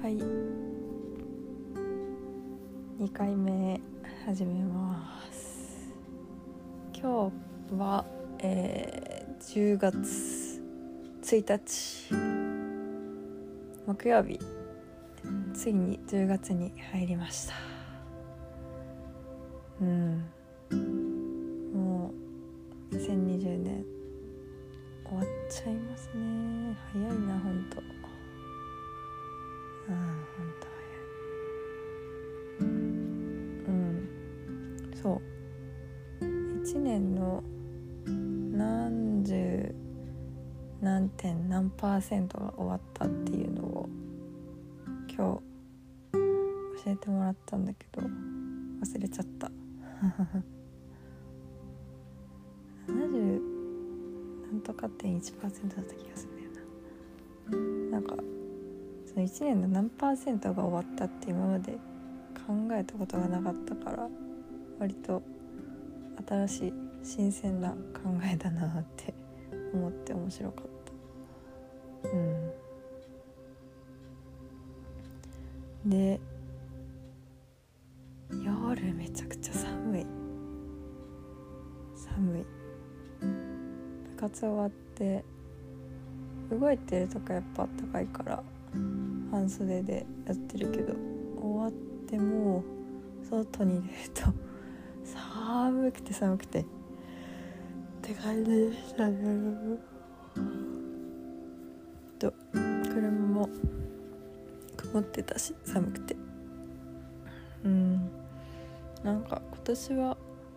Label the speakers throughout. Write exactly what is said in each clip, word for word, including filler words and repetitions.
Speaker 1: はい、にかいめ始めます。今日は、えー、じゅうがつついたち木曜日、ついにじゅうがつに入りました。うんもうにせんにじゅうねん終わっちゃいますね。早いなほんと。うんほんと早い。うんそういちねんの何十何点何パーセントが終わったっていうのを今日教えてもらったんだけど忘れちゃったななじゅうなんとか点 いちパーセント だった気がするんだよな。なんかそのいちねんの何パーセントが終わったって今まで考えたことがなかったから割と新しい新鮮な考えだなって思って面白かった。うんで夜めちゃくちゃ寒い寒い部活終わって動いてるとかやっぱ暖かいから半袖でやってるけど終わってもう外に出ると寒くて寒くてって感じでしたね。と車も曇ってたし寒くてうんなんか今年は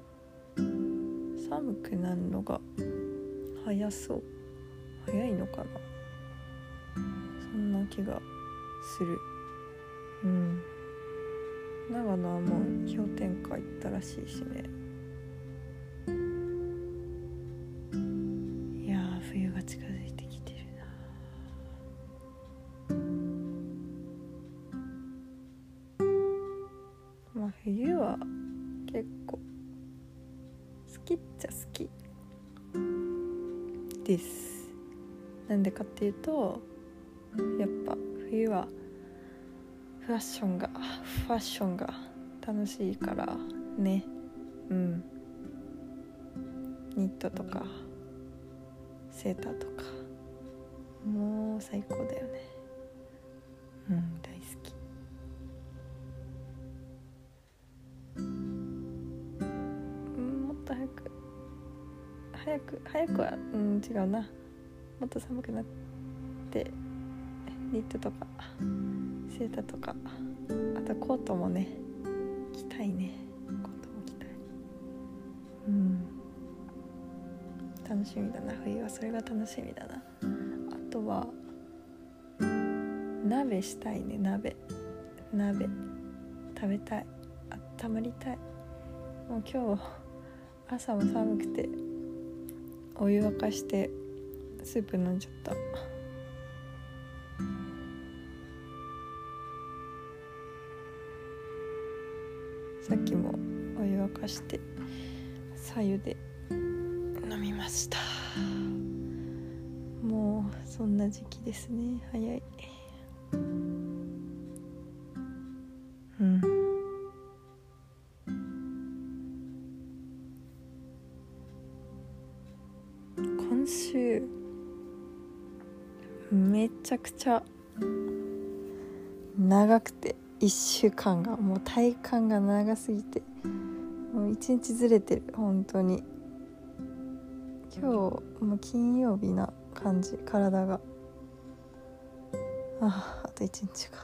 Speaker 1: 寒くなるのが早そう早いのかなそんな気がする。うん長野はもう氷点下行ったらしいしね。いやー冬が近づいてきてるな。まあ冬は結構好きっちゃ好きです。なんでかっていうとやっぱ冬はファッションがファッションが楽しいからね。うんニットとかセーターとかもう最高だよね。うん大好き。うんもっと早く早く早くはうん違うな。もっと寒くなってニットとかセーターとかあとコートもね着たいね。コートも着たい。うん楽しみだな冬はそれが楽しみだな。あとは鍋したいね。鍋鍋食べたい。あったまりたい。もう今日朝も寒くてお湯沸かしてスープ飲んじゃった。さっきもお湯沸かして白湯で飲みました。もうそんな時期ですね。早い。うん今週めちゃくちゃ長くていっしゅうかんがもう体感が長すぎてもういちにちずれてる本当に。今日もう金曜日な感じ。体があああといちにちか。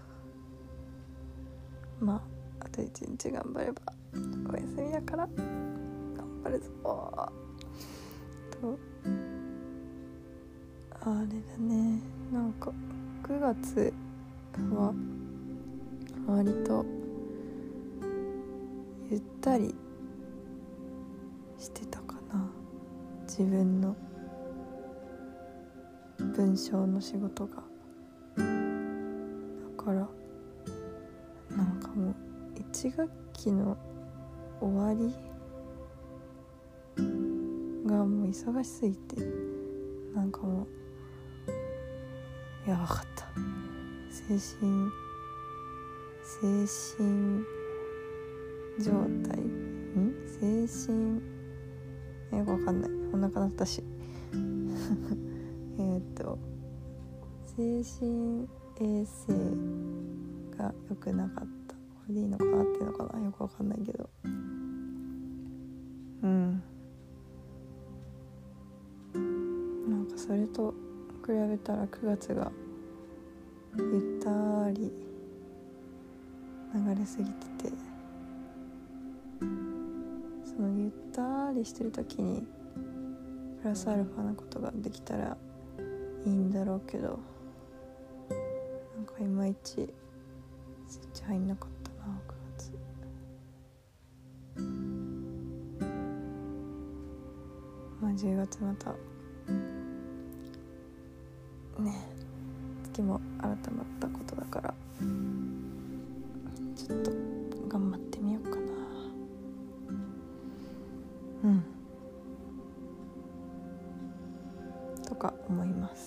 Speaker 1: まああといちにち頑張ればお休みだから頑張るぞと。あれだねなんかくがつは割とゆったりしてたかな。自分の文章の仕事がだからなんかもういちがっきの終わりがもう忙しすぎてなんかもうやばかった。精精神精神状態ん精神よくわかんない、お腹鳴ったしえっと精神衛生が良くなかった、これでいいのかなっていうのかな、よくわかんないけど、うんなんかそれと比べたらくがつがゆったり流れすぎてて、そのゆったりしてる時にプラスアルファなことができたらいいんだろうけど、なんかいまいちスイッチ入んなかったなくがつ。まあじゅうがつまたね月も改まったことだからちょっと頑張ってみようかな。うんとか思います。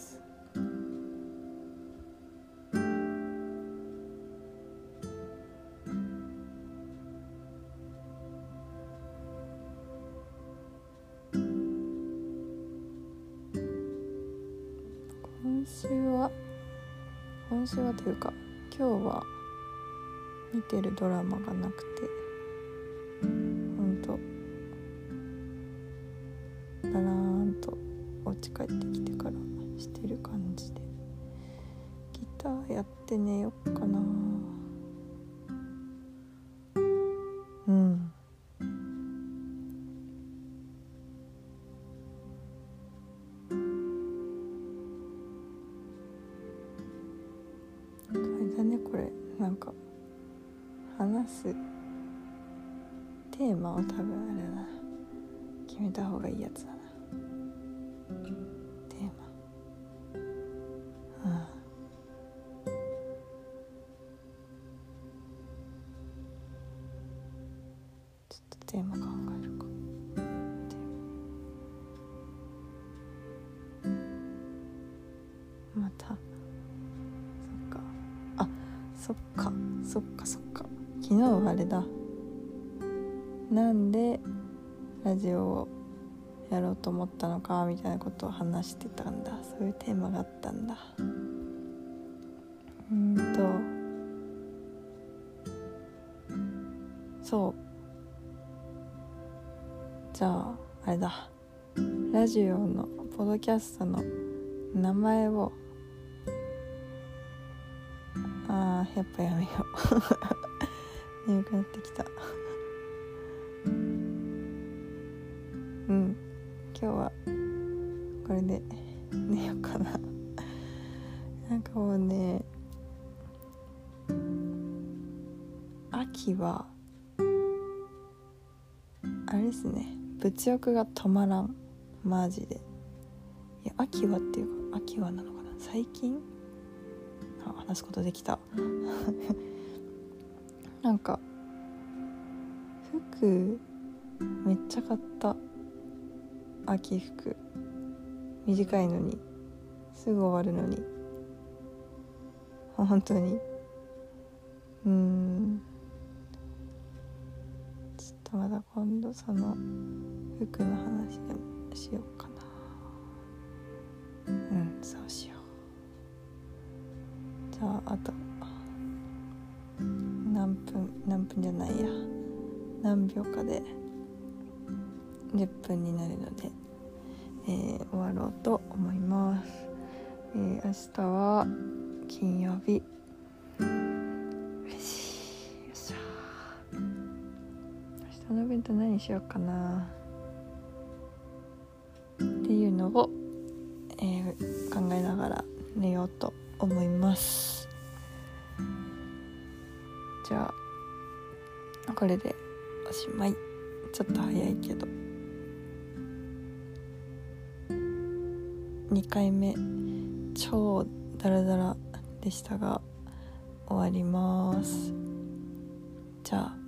Speaker 1: 今週は今週はというか今日は見てるドラマがなくて、ほんとだらーんとお家帰ってきてからしてる感じで、ギターやって寝よっかな。うんこれなんか話すテーマを多分あれだな、決めた方がいいやつだな。テーマ、うんちょっとテーマ考えるか。またそっかそっかそっか昨日はあれだ、なんでラジオをやろうと思ったのかみたいなことを話してたんだ。そういうテーマがあったんだ。うんとそうじゃああれだ、ラジオのポッドキャストの名前をあーやっぱやめよう眠くなってきたうん今日はこれで寝ようかななんかもうね、秋はあれですね、物欲が止まらんマジで。いや秋はっていうか秋はなのかな、最近話すことできたなんか服めっちゃ買った。秋服短いのにすぐ終わるのに本当にうーんちょっとまだ今度その服の話でもしようかな。うんそうしよう。じゃああと何分何分じゃないや何秒かでじゅっぷんになるので、えー、終わろうと思います。えー、明日は金曜日。嬉しい。よっしゃー。明日のお弁当何しようかなっていうのを、えー、考えながら寝ようと思います。じゃあこれでおしまい。ちょっと早いけどにかいめ超ダラダラでしたが終わります。じゃあ